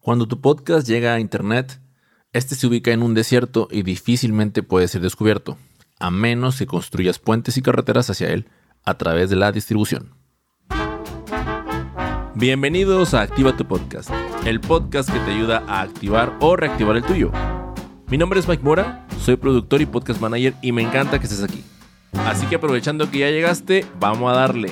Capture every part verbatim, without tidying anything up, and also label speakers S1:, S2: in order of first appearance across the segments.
S1: Cuando tu podcast llega a internet, este se ubica en un desierto y difícilmente puede ser descubierto, a menos que construyas puentes y carreteras hacia él a través de la distribución. Bienvenidos a Activa tu Podcast, el podcast que te ayuda a activar o reactivar el tuyo. Mi nombre es Mike Mora, soy productor y podcast manager y me encanta que estés aquí. Así que aprovechando que ya llegaste, vamos a darle.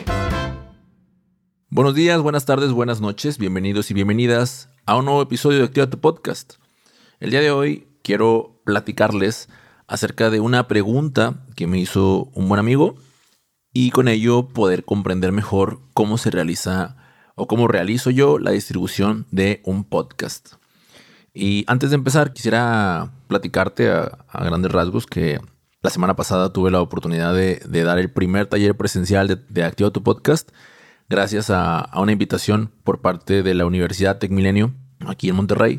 S1: Buenos días, buenas tardes, buenas noches, bienvenidos y bienvenidas a un nuevo episodio de Activa tu Podcast. El día de hoy quiero platicarles acerca de una pregunta que me hizo un buen amigo y con ello poder comprender mejor cómo se realiza o cómo realizo yo la distribución de un podcast. Y antes de empezar, quisiera platicarte a, a grandes rasgos que la semana pasada tuve la oportunidad de, de dar el primer taller presencial de, de Activa tu Podcast gracias a, a una invitación por parte de la Universidad TecMilenio aquí en Monterrey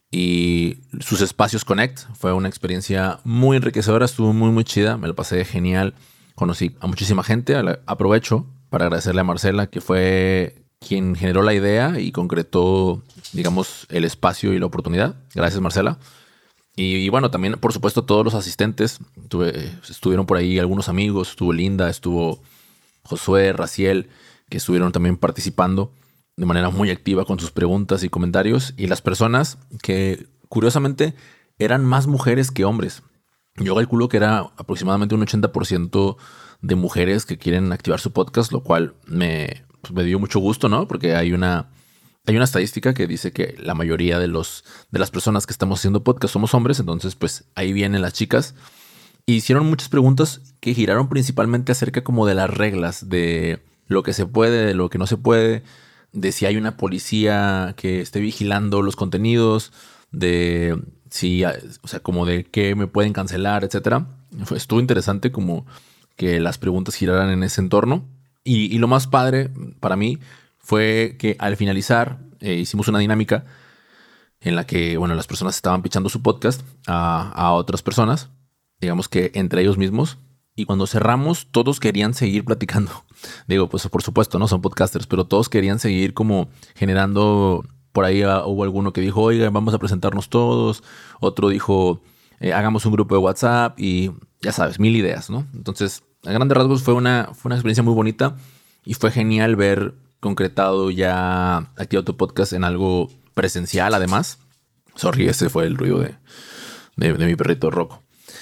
S1: y sus espacios Connect. Fue una experiencia muy enriquecedora, estuvo muy muy chida, me la pasé genial, conocí a muchísima gente. Aprovecho para agradecerle a Marcela, que fue quien generó la idea y concretó, digamos, el espacio y la oportunidad. Gracias, Marcela. Y, y bueno, también, por supuesto, todos los asistentes. Tuve, estuvieron por ahí algunos amigos, estuvo Linda, estuvo Josué, Raciel, que estuvieron también participando de manera muy activa con sus preguntas y comentarios. Y las personas que, curiosamente, eran más mujeres que hombres. Yo calculo que era aproximadamente un ochenta por ciento de mujeres que quieren activar su podcast, lo cual me... Pues me dio mucho gusto, ¿no? Porque hay una, hay una estadística que dice que la mayoría de, los, de las personas que estamos haciendo podcast somos hombres. Entonces, pues ahí vienen las chicas. Y hicieron muchas preguntas que giraron principalmente acerca como de las reglas, de lo que se puede, de lo que no se puede, de si hay una policía que esté vigilando los contenidos, de si, o sea, como de qué me pueden cancelar, etcétera. Estuvo interesante como que las preguntas giraran en ese entorno. Y, y lo más padre para mí fue que al finalizar eh, hicimos una dinámica en la que, bueno, las personas estaban pitchando su podcast a, a otras personas, digamos que entre ellos mismos. Y cuando cerramos, todos querían seguir platicando. Digo, pues por supuesto, no son podcasters, pero todos querían seguir como generando. Por ahí uh, hubo alguno que dijo, oiga, vamos a presentarnos todos. Otro dijo, eh, hagamos un grupo de WhatsApp y ya sabes, mil ideas, ¿no? Entonces, a grandes rasgos fue una, fue una experiencia muy bonita y fue genial ver concretado ya Activa tu Podcast en algo presencial además. Sorry, ese fue el ruido de, de, de mi perrito Rocco.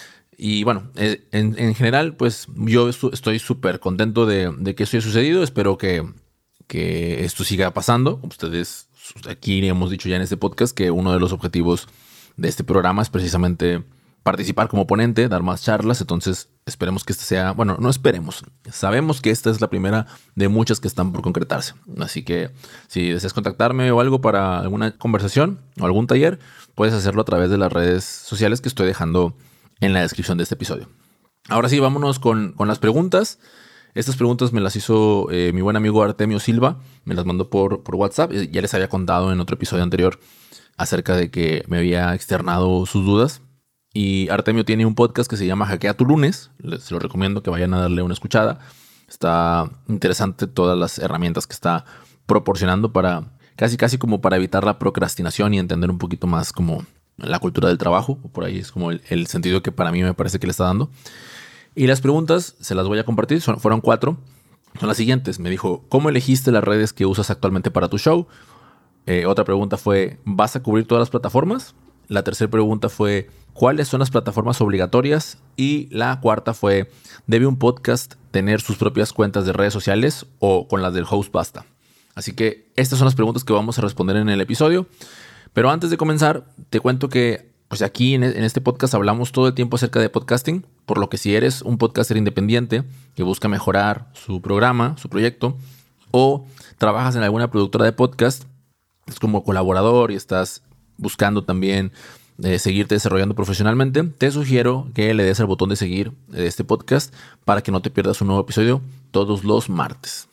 S1: Y bueno, en, en general, pues yo estoy súper contento de, de que esto haya sucedido. Espero que, que esto siga pasando. Ustedes, aquí hemos dicho ya en este podcast que uno de los objetivos de este programa es precisamente participar como ponente, dar más charlas. Entonces esperemos que esta sea, bueno, no esperemos, sabemos que esta es la primera de muchas que están por concretarse. Así que si deseas contactarme o algo para alguna conversación o algún taller, puedes hacerlo a través de las redes sociales que estoy dejando en la descripción de este episodio. Ahora sí, vámonos con, con las preguntas. Estas preguntas me las hizo eh, mi buen amigo Artemio Silva, me las mandó por, por WhatsApp. Ya les había contado en otro episodio anterior acerca de que me había externado sus dudas. Y Artemio tiene un podcast que se llama Hackea tu Lunes. Les lo recomiendo que vayan a darle una escuchada. Está interesante todas las herramientas que está proporcionando para casi casi como para evitar la procrastinación y entender un poquito más como la cultura del trabajo. Por ahí es como el, el sentido que para mí me parece que le está dando. Y las preguntas se las voy a compartir. Son, fueron cuatro. Son las siguientes. Me dijo, ¿cómo elegiste las redes que usas actualmente para tu show? Eh, otra pregunta fue, ¿vas a cubrir todas las plataformas? La tercera pregunta fue, ¿cuáles son las plataformas obligatorias? Y la cuarta fue, ¿debe un podcast tener sus propias cuentas de redes sociales o con las del host basta? Así que estas son las preguntas que vamos a responder en el episodio. Pero antes de comenzar, te cuento que pues aquí en este podcast hablamos todo el tiempo acerca de podcasting, por lo que si eres un podcaster independiente que busca mejorar su programa, su proyecto, o trabajas en alguna productora de podcast, es como colaborador y estás buscando también eh, seguirte desarrollando profesionalmente, te sugiero que le des al botón de seguir de este podcast para que no te pierdas un nuevo episodio todos los martes.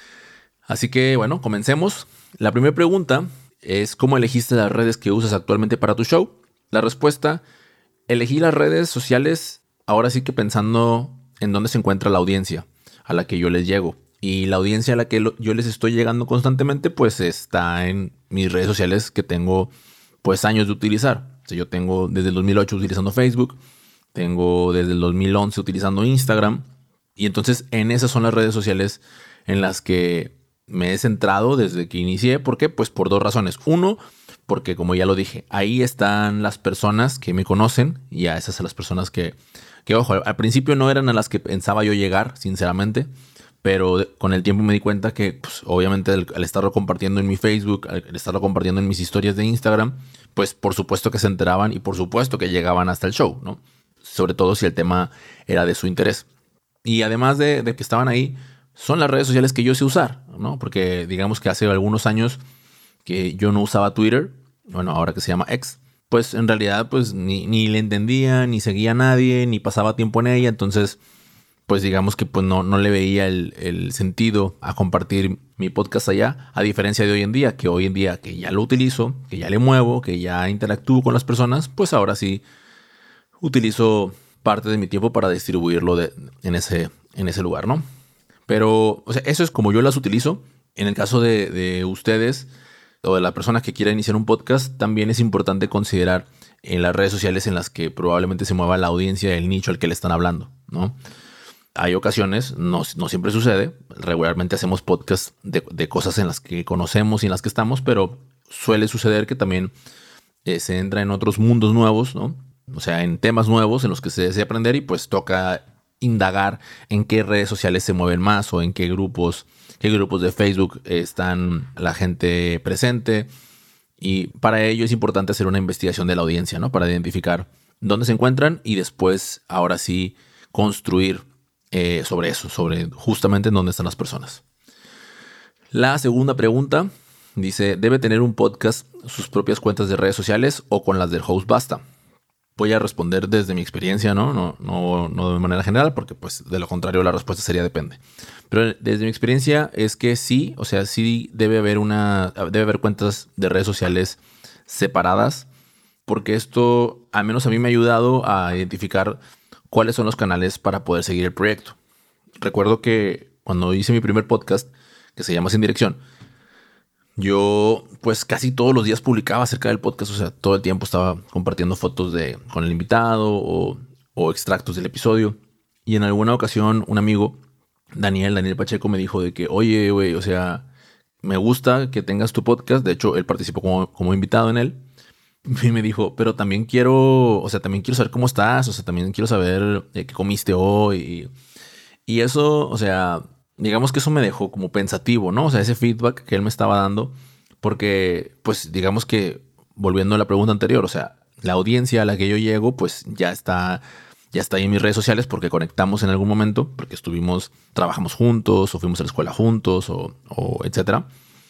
S1: Así que bueno, comencemos. La primera pregunta es, ¿cómo elegiste las redes que usas actualmente para tu show? La respuesta, elegí las redes sociales ahora sí que pensando en dónde se encuentra la audiencia a la que yo les llego. Y la audiencia a la que lo, yo les estoy llegando constantemente, pues está en mis redes sociales que tengo pues años de utilizar. O sea, yo tengo desde el dos mil ocho utilizando Facebook, tengo desde el dos mil once utilizando Instagram, y entonces en esas son las redes sociales en las que me he centrado desde que inicié. ¿Por qué? Pues por dos razones. Uno, porque como ya lo dije, ahí están las personas que me conocen, y a esas son las personas que, que ojo, al principio no eran a las que pensaba yo llegar, sinceramente. Pero con el tiempo me di cuenta que, pues, obviamente, al, al estarlo compartiendo en mi Facebook, al estarlo compartiendo en mis historias de Instagram, pues, por supuesto que se enteraban y por supuesto que llegaban hasta el show, ¿no? Sobre todo si el tema era de su interés. Y además de, de que estaban ahí, son las redes sociales que yo sé usar, ¿no? Porque digamos que hace algunos años que yo no usaba Twitter, bueno, ahora que se llama X, pues, en realidad, pues, ni, ni le entendía, ni seguía a nadie, ni pasaba tiempo en ella, entonces pues digamos que pues no, no le veía el, el sentido a compartir mi podcast allá, a diferencia de hoy en día, que hoy en día que ya lo utilizo, que ya le muevo, que ya interactúo con las personas, pues ahora sí utilizo parte de mi tiempo para distribuirlo de, en, ese, en ese lugar, ¿no? Pero, o sea, eso es como yo las utilizo. En el caso de, de ustedes o de la persona que quiera iniciar un podcast, también es importante considerar en las redes sociales en las que probablemente se mueva la audiencia, el nicho al que le están hablando, ¿no? Hay ocasiones, no, no siempre sucede, regularmente hacemos podcasts de, de cosas en las que conocemos y en las que estamos, pero suele suceder que también eh, se entra en otros mundos nuevos, ¿no? O sea, en temas nuevos en los que se desea aprender, y pues toca indagar en qué redes sociales se mueven más o en qué grupos, qué grupos de Facebook están la gente presente. Y para ello es importante hacer una investigación de la audiencia, ¿no? Para identificar dónde se encuentran y después, ahora sí, construir Eh, sobre eso, sobre justamente en dónde están las personas. La segunda pregunta dice, ¿debe tener un podcast sus propias cuentas de redes sociales o con las del host basta? Voy a responder desde mi experiencia, ¿no? No, no, no de manera general, porque pues de lo contrario la respuesta sería depende. Pero desde mi experiencia es que sí, o sea, sí debe haber una, debe haber cuentas de redes sociales separadas, porque esto, al menos a mí me ha ayudado a identificar cuáles son los canales para poder seguir el proyecto. Recuerdo que cuando hice mi primer podcast, que se llama Sin Dirección, yo pues casi todos los días publicaba acerca del podcast. O sea, todo el tiempo estaba compartiendo fotos de, con el invitado o, o extractos del episodio. Y en alguna ocasión un amigo, Daniel, Daniel Pacheco, me dijo de que, oye, güey, o sea, me gusta que tengas tu podcast. De hecho, él participó como, como invitado en él. Y me dijo, pero también quiero, o sea, también quiero saber cómo estás, o sea, también quiero saber eh, qué comiste hoy. Y, y eso, o sea, digamos que eso me dejó como pensativo, ¿no? O sea, ese feedback que él me estaba dando, porque, pues, digamos que, volviendo a la pregunta anterior, o sea, la audiencia a la que yo llego, pues, ya está, ya está ahí en mis redes sociales porque conectamos en algún momento, porque estuvimos, trabajamos juntos, o fuimos a la escuela juntos, o, o etcétera.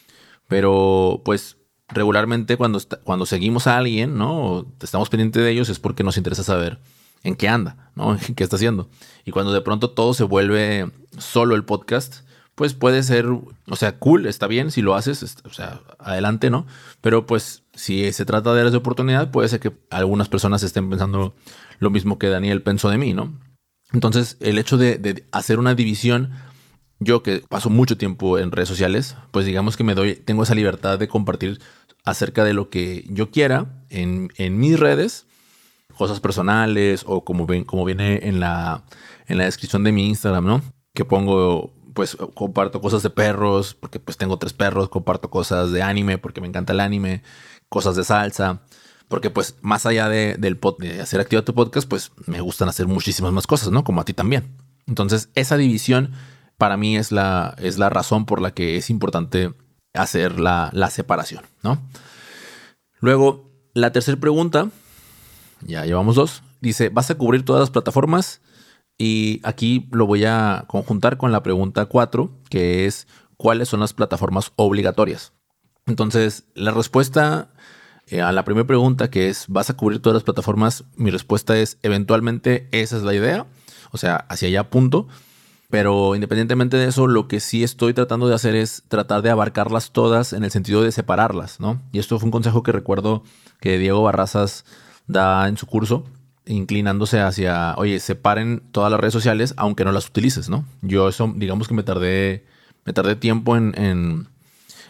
S1: Pero, pues, regularmente cuando, está, cuando seguimos a alguien, ¿no? O estamos pendientes de ellos, es porque nos interesa saber en qué anda, ¿no? En qué está haciendo. Y cuando de pronto todo se vuelve solo el podcast, pues puede ser, o sea, cool, está bien si lo haces, o sea, adelante, ¿no? Pero pues si se trata de áreas de oportunidad, puede ser que algunas personas estén pensando lo mismo que Daniel pensó de mí, ¿no? Entonces, el hecho de, de hacer una división, yo que paso mucho tiempo en redes sociales, pues digamos que me doy, tengo esa libertad de compartir acerca de lo que yo quiera en, en mis redes, cosas personales o como, ven, como viene en la, en la descripción de mi Instagram, ¿no? Que pongo, pues comparto cosas de perros porque pues tengo tres perros, comparto cosas de anime porque me encanta el anime, cosas de salsa, porque pues más allá de, del pod, de hacer Activa tu Podcast, pues me gustan hacer muchísimas más cosas, ¿no? Como a ti también. Entonces esa división para mí es la, es la razón por la que es importante hacer la, la separación, ¿no? Luego, la tercera pregunta, ya llevamos dos, dice, ¿vas a cubrir todas las plataformas? Y aquí lo voy a conjuntar con la pregunta cuatro, que es, ¿cuáles son las plataformas obligatorias? Entonces, la respuesta eh, a la primera pregunta, que es, ¿vas a cubrir todas las plataformas? Mi respuesta es, eventualmente esa es la idea, o sea, hacia allá punto. Pero independientemente de eso, lo que sí estoy tratando de hacer es tratar de abarcarlas todas en el sentido de separarlas, ¿no? Y esto fue un consejo que recuerdo que Diego Barrazas da en su curso, inclinándose hacia, oye, separen todas las redes sociales, aunque no las utilices, ¿no? Yo eso, digamos que me tardé, me tardé tiempo en, en,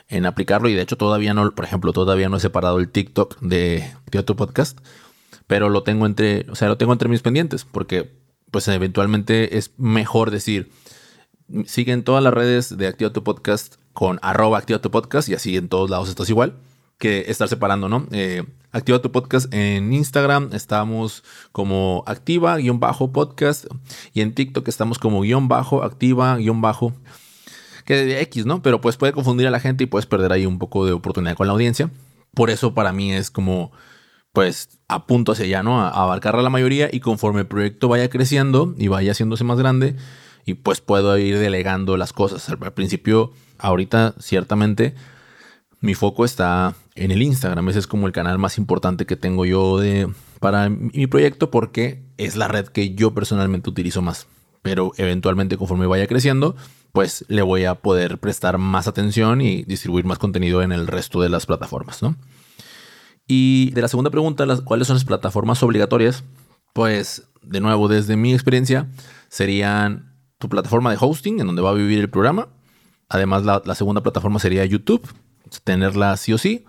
S2: en aplicarlo. Y de hecho todavía no, por ejemplo, todavía no he separado el TikTok de Activa tu Podcast. Pero lo tengo entre, o sea, lo tengo entre mis pendientes. Porque pues eventualmente es mejor decir, sigue en todas las redes de Activa tu Podcast con arroba Activa tu Podcast y así en todos lados estás igual, que estar separando, ¿no? Eh, Activa tu Podcast en Instagram estamos como activa-podcast y en TikTok estamos como guión bajo, activa, guión bajo, que de X, ¿no? Pero pues puede confundir a la gente y puedes perder ahí un poco de oportunidad con la audiencia. Por eso para mí es como, pues, apunto hacia allá, ¿no? A, a abarcar a la mayoría y conforme el proyecto vaya creciendo y vaya haciéndose más grande, y pues puedo ir delegando las cosas. Al, al principio, ahorita, ciertamente, mi foco está en el Instagram. Ese es como el canal más importante que tengo yo de, para mi proyecto porque es la red que yo personalmente utilizo más. Pero eventualmente, conforme vaya creciendo, pues le voy a poder prestar más atención y distribuir más contenido en el resto de las plataformas, ¿no? Y de la segunda pregunta, las, ¿cuáles son las plataformas obligatorias? Pues, de nuevo, desde mi experiencia, serían tu plataforma de hosting, en donde va a vivir el programa. Además, la, la segunda plataforma sería YouTube, tenerla sí o sí.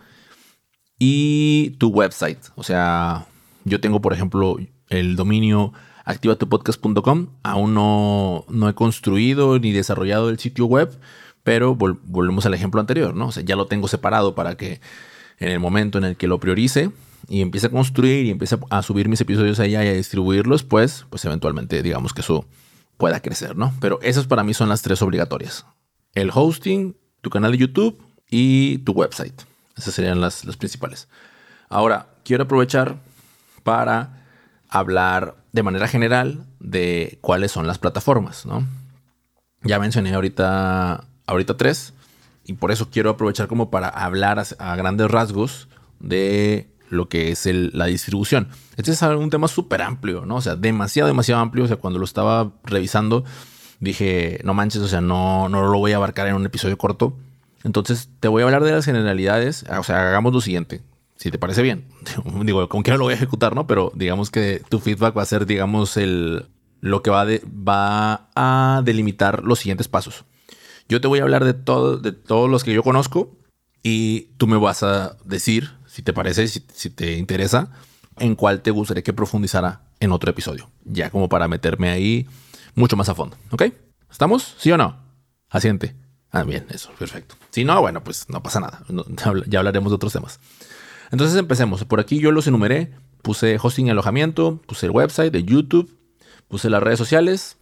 S2: Y tu website. O sea, yo tengo, por ejemplo, el dominio activa tu podcast punto com. Aún no, no he construido ni desarrollado el sitio web, pero vol- volvemos al ejemplo anterior, ¿no? O sea, ya lo tengo separado para que en el momento en el que lo priorice y empiece a construir y empiece a subir mis episodios allá y a distribuirlos, pues, pues eventualmente digamos que eso pueda crecer, ¿no? Pero esas para mí son las tres obligatorias. El hosting, tu canal de YouTube y tu website. Esas serían las, las principales. Ahora, quiero aprovechar para hablar de manera general de cuáles son las plataformas, ¿no? Ya mencioné ahorita, ahorita tres y por eso quiero aprovechar como para hablar a, a grandes rasgos de lo que es el, la distribución. Este es un tema súper amplio, ¿no? O sea, demasiado, demasiado amplio. O sea, cuando lo estaba revisando, dije, no manches, o sea, no, no lo voy a abarcar en un episodio corto. Entonces, te voy a hablar de las generalidades. O sea, hagamos lo siguiente. Si te parece bien. Digo, como que no lo voy a ejecutar, ¿no? Pero digamos que tu feedback va a ser, digamos, el, lo que va, de, va a delimitar los siguientes pasos. Yo te voy a hablar de, todo, de todos los que yo conozco y tú me vas a decir, si te parece, si, si te interesa, en cuál te gustaría que profundizara en otro episodio. Ya como para meterme ahí mucho más a fondo. ¿Ok? ¿Estamos? ¿Sí o no? Asiente. Ah, bien, eso, perfecto. Si no, bueno, pues no pasa nada. No, ya hablaremos de otros temas. Entonces empecemos. Por aquí yo los enumeré. Puse hosting y alojamiento, puse el website de YouTube, puse las redes sociales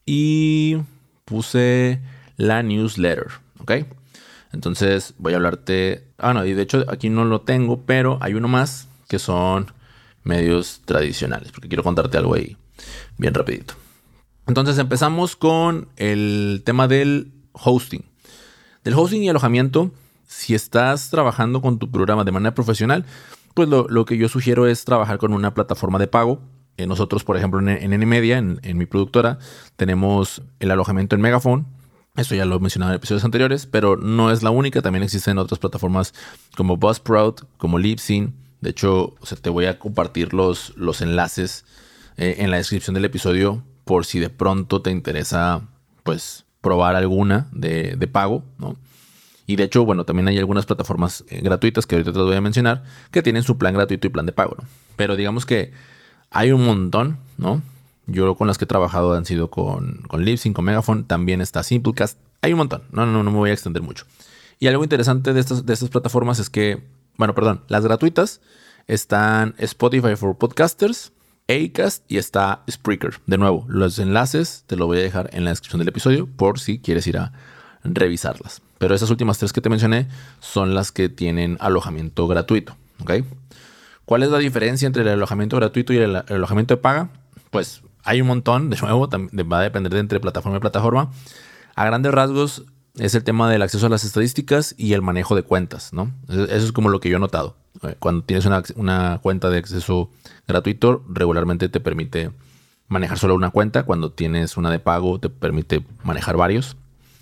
S2: y puse la newsletter. ¿Ok? Entonces voy a hablarte... Ah, no, y de hecho aquí no lo tengo, pero hay uno más que son medios tradicionales, porque quiero contarte algo ahí bien rapidito. Entonces empezamos con el tema del hosting. Del hosting y alojamiento, si estás trabajando con tu programa de manera profesional, pues lo, lo que yo sugiero es trabajar con una plataforma de pago. Eh, nosotros, por ejemplo, en, en N-Media, en, en mi productora, tenemos el alojamiento en Megaphone. Esto ya lo he mencionado en episodios anteriores, pero no es la única. También existen otras plataformas como Buzzsprout, como Libsyn. De hecho, o sea, te voy a compartir los, los enlaces eh, en la descripción del episodio por si de pronto te interesa, pues, probar alguna de, de pago, ¿no? Y de hecho, bueno, también hay algunas plataformas eh, gratuitas que ahorita te las voy a mencionar que tienen su plan gratuito y plan de pago, ¿no? Pero digamos que hay un montón, ¿no? Yo con las que he trabajado han sido con, con Libsyn, con Megaphone, también está Simplecast. Hay un montón, no, no, no me voy a extender mucho. Y algo interesante de estas, de estas plataformas es que, bueno, perdón, las gratuitas están Spotify for Podcasters, Acast y está Spreaker. De nuevo, los enlaces te los voy a dejar en la descripción del episodio por si quieres ir a revisarlas. Pero esas últimas tres que te mencioné son las que tienen alojamiento gratuito, ¿ok? ¿Cuál es la diferencia entre el alojamiento gratuito y el, el alojamiento de paga? Pues hay un montón, de nuevo, también va a depender de entre plataforma y plataforma. A grandes rasgos es el tema del acceso a las estadísticas y el manejo de cuentas, ¿no? Eso es como lo que yo he notado. Cuando tienes una, una cuenta de acceso gratuito, regularmente te permite manejar solo una cuenta. Cuando tienes una de pago, te permite manejar varios.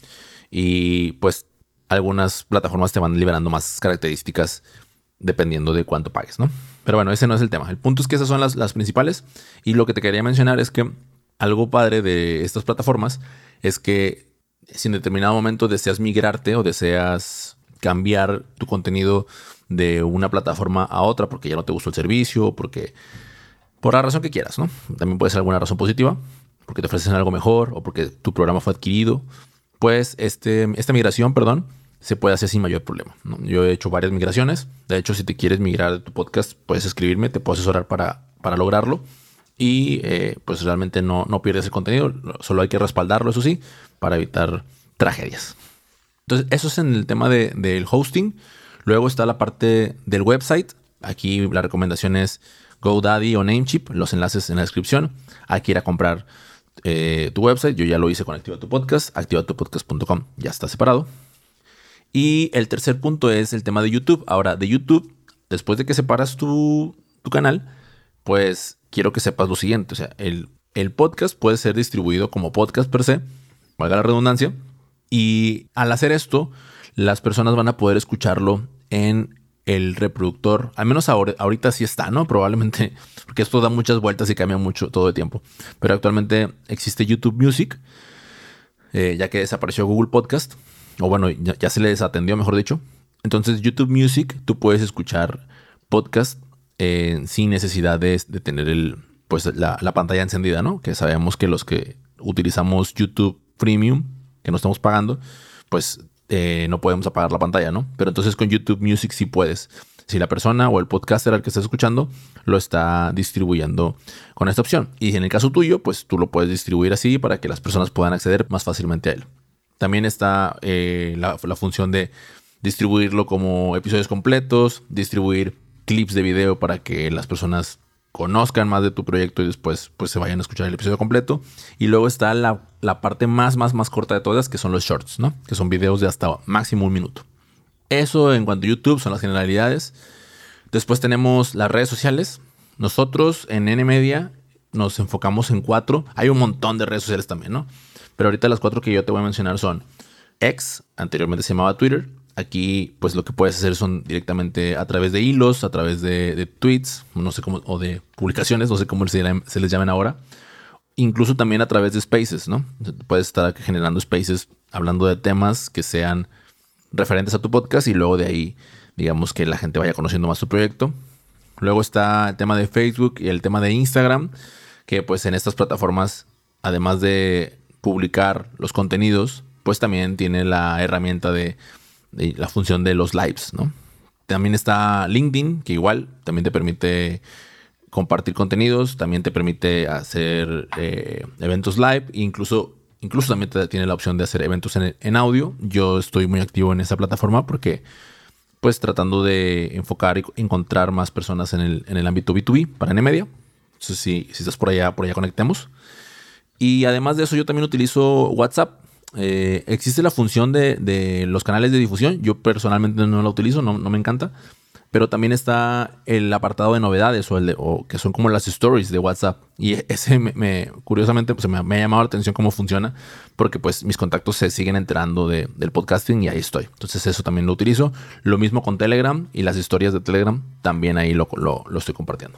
S2: Y pues algunas plataformas te van liberando más características dependiendo de cuánto pagues, ¿no? Pero bueno, ese no es el tema. El punto es que esas son las, las principales. Y lo que te quería mencionar es que algo padre de estas plataformas es que si en determinado momento deseas migrarte o deseas cambiar tu contenido de una plataforma a otra porque ya no te gustó el servicio o porque por la razón que quieras, ¿no? También puede ser alguna razón positiva, porque te ofrecen algo mejor o porque tu programa fue adquirido. Pues este, esta migración, perdón, se puede hacer sin mayor problema, ¿no? Yo he hecho varias migraciones. De hecho, si te quieres migrar de tu podcast, puedes escribirme, te puedo asesorar para, para lograrlo. Y eh, pues realmente no, no pierdes el contenido, solo hay que respaldarlo, eso sí, para evitar tragedias. Entonces, eso es en el tema de, del hosting. Luego está la parte del website. Aquí la recomendación es GoDaddy o Namecheap. Los enlaces en la descripción. Hay que ir a comprar eh, tu website. Yo ya lo hice con Activa tu Podcast. activa tu podcast punto com. Ya está separado. Y el tercer punto es el tema de YouTube. Ahora, de YouTube, después de que separas tu, tu canal, pues quiero que sepas lo siguiente. O sea, el, el podcast puede ser distribuido como podcast per se, valga la redundancia. Y al hacer esto, las personas van a poder escucharlo en el reproductor. Al menos ahora, ahorita sí está, ¿no? Probablemente, porque esto da muchas vueltas y cambia mucho todo el tiempo. Pero actualmente existe YouTube Music, eh, ya que desapareció Google Podcast. O bueno, ya, ya se le desatendió, mejor dicho. Entonces, YouTube Music, tú puedes escuchar podcast eh, sin necesidad de, de tener el, pues, la, la pantalla encendida, ¿no? Que sabemos que los que utilizamos YouTube Premium, que no estamos pagando, pues eh, no podemos apagar la pantalla, ¿no? Pero entonces con YouTube Music sí puedes. Si la persona o el podcaster al que estás escuchando lo está distribuyendo con esta opción. Y en el caso tuyo, pues tú lo puedes distribuir así para que las personas puedan acceder más fácilmente a él. También está eh, la, la función de distribuirlo como episodios completos, distribuir clips de video para que las personas conozcan más de tu proyecto y después pues se vayan a escuchar el episodio completo. Y luego está la, la parte más, más, más corta de todas, que son los shorts, ¿no? Que son videos de hasta máximo un minuto. Eso en cuanto a YouTube son las generalidades. Después tenemos las redes sociales. Nosotros en N Media nos enfocamos en cuatro. Hay un montón de redes sociales también, ¿no? Pero ahorita las cuatro que yo te voy a mencionar son X, anteriormente se llamaba Twitter. Aquí, pues lo que puedes hacer son directamente a través de hilos, a través de, de tweets, no sé cómo, o de publicaciones, no sé cómo se, se les llaman ahora. Incluso también a través de spaces, ¿no? Puedes estar generando spaces hablando de temas que sean referentes a tu podcast y luego de ahí, digamos, que la gente vaya conociendo más tu proyecto. Luego está el tema de Facebook y el tema de Instagram, que pues en estas plataformas, además de publicar los contenidos, pues también tiene la herramienta de de la función de los lives, ¿no? También está LinkedIn, que igual también te permite compartir contenidos, también te permite hacer eh, eventos live, incluso, incluso también te tiene la opción de hacer eventos en, en audio. Yo estoy muy activo en esa plataforma porque pues tratando de enfocar y encontrar más personas en el, en el ámbito B dos B para N Media. Entonces si, si estás por allá, por allá conectemos. Y además de eso yo también utilizo WhatsApp. Eh, existe la función de, de los canales de difusión. Yo personalmente no la utilizo, no, no me encanta. Pero también está el apartado de novedades o, el de, o que son como las stories de WhatsApp. Y ese, me, me, curiosamente, pues me, me ha llamado la atención cómo funciona. Porque pues mis contactos se siguen enterando de, del podcasting y ahí estoy. Entonces eso también lo utilizo. Lo mismo con Telegram y las historias de Telegram. También ahí lo, lo, lo estoy compartiendo.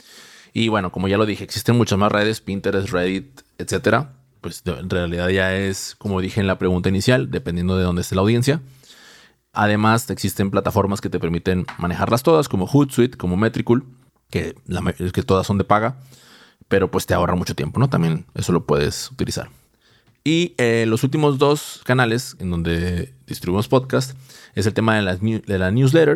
S2: Y bueno, como ya lo dije, existen muchas más redes. Pinterest, Reddit, etcétera. Pues en realidad ya es, como dije en la pregunta inicial, dependiendo de dónde esté la audiencia. Además, existen plataformas que te permiten manejarlas todas, como Hootsuite, como Metricool, que, la, que todas son de paga, pero pues te ahorra mucho tiempo, ¿no? También eso lo puedes utilizar. Y eh, los últimos dos canales en donde distribuimos podcast es el tema de la, de la newsletter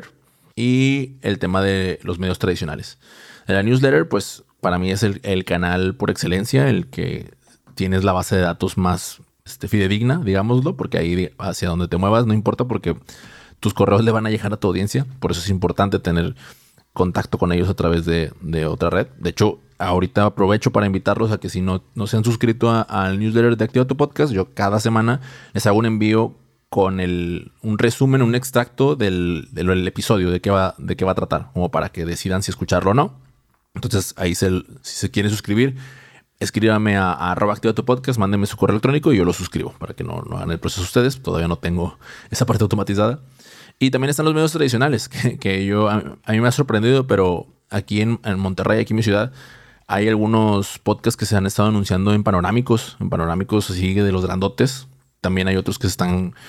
S2: y el tema de los medios tradicionales. De la newsletter, pues para mí es el, el canal por excelencia, el que tienes la base de datos más este, fidedigna, digámoslo, porque ahí hacia donde te muevas no importa porque tus correos le van a llegar a tu audiencia. Por eso es importante tener contacto con ellos a través de, de otra red. De hecho, ahorita aprovecho para invitarlos a que si no, no se han suscrito al newsletter de Activa tu Podcast, yo cada semana les hago un envío con el, un resumen, un extracto del, del, del episodio, de qué, va, de qué va a tratar, como para que decidan si escucharlo o no. Entonces, ahí se, si se quieren suscribir, escríbame a, a arroba activa tu podcast, mándenme su correo electrónico y yo lo suscribo para que no, no hagan el proceso ustedes. Todavía no tengo esa parte automatizada. Y también están los medios tradicionales que, que yo a, a mí me ha sorprendido, pero aquí en, en Monterrey, aquí en mi ciudad, hay algunos podcasts que se han estado anunciando en panorámicos, en panorámicos así de los grandotes. También hay otros que se están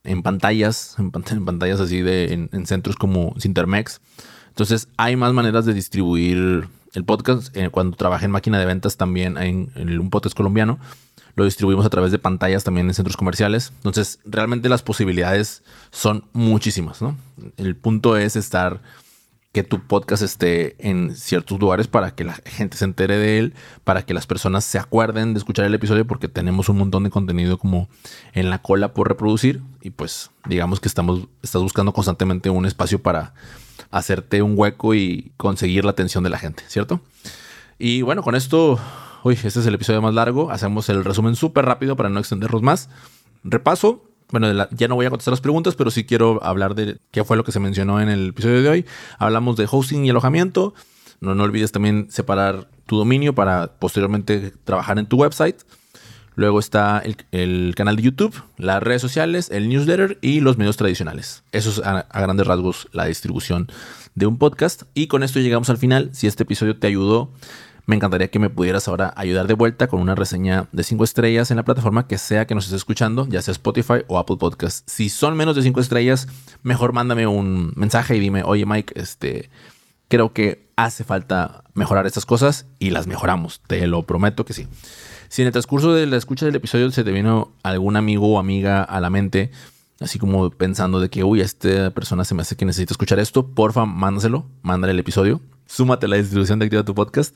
S2: en pantallas, en, pant- en pantallas así de en, en centros como Cintermex. Entonces hay más maneras de distribuir el podcast. Eh, cuando trabajé en máquina de ventas también en, en un podcast colombiano, lo distribuimos a través de pantallas también en centros comerciales. Entonces realmente las posibilidades son muchísimas, ¿no? El punto es estar, que tu podcast esté en ciertos lugares para que la gente se entere de él, para que las personas se acuerden de escuchar el episodio, porque tenemos un montón de contenido como en la cola por reproducir y pues digamos que estamos, estás buscando constantemente un espacio para hacerte un hueco y conseguir la atención de la gente, ¿cierto? Y bueno, con esto, uy, este es el episodio más largo. Hacemos el resumen súper rápido para no extendernos más. Repaso. Bueno, de la, ya no voy a contestar las preguntas, pero sí quiero hablar de qué fue lo que se mencionó en el episodio de hoy. Hablamos de hosting y alojamiento. No, no olvides también separar tu dominio para posteriormente trabajar en tu website. Luego está el, el canal de YouTube, las redes sociales, el newsletter y los medios tradicionales. Eso es a, a grandes rasgos la distribución de un podcast. Y con esto llegamos al final. Si este episodio te ayudó, me encantaría que me pudieras ahora ayudar de vuelta con una reseña de cinco estrellas en la plataforma que sea que nos estés escuchando, ya sea Spotify o Apple Podcast. Si son menos de cinco estrellas, mejor mándame un mensaje y dime, oye Mike, este, creo que hace falta mejorar estas cosas y las mejoramos. Te lo prometo que sí. Si en el transcurso de la escucha del episodio se te vino algún amigo o amiga a la mente, así como pensando de que, uy, a esta persona se me hace que necesita escuchar esto, porfa, mándaselo, mándale el episodio. Súmate a la distribución de Activa tu Podcast.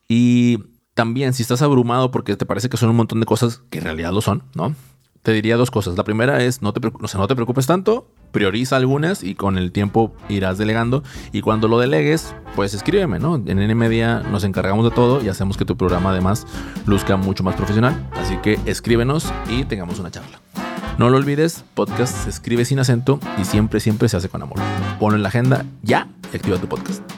S2: Y también, si estás abrumado porque te parece que son un montón de cosas, que en realidad lo son, ¿no? Te diría dos cosas. La primera es, no te, o sea, no te preocupes tanto, prioriza algunas y con el tiempo irás delegando. Y cuando lo delegues, pues escríbeme, ¿no? En N Media nos encargamos de todo y hacemos que tu programa además luzca mucho más profesional. Así que escríbenos y tengamos una charla. No lo olvides, podcast se escribe sin acento y siempre, siempre se hace con amor. Ponlo en la agenda ya y activa tu podcast.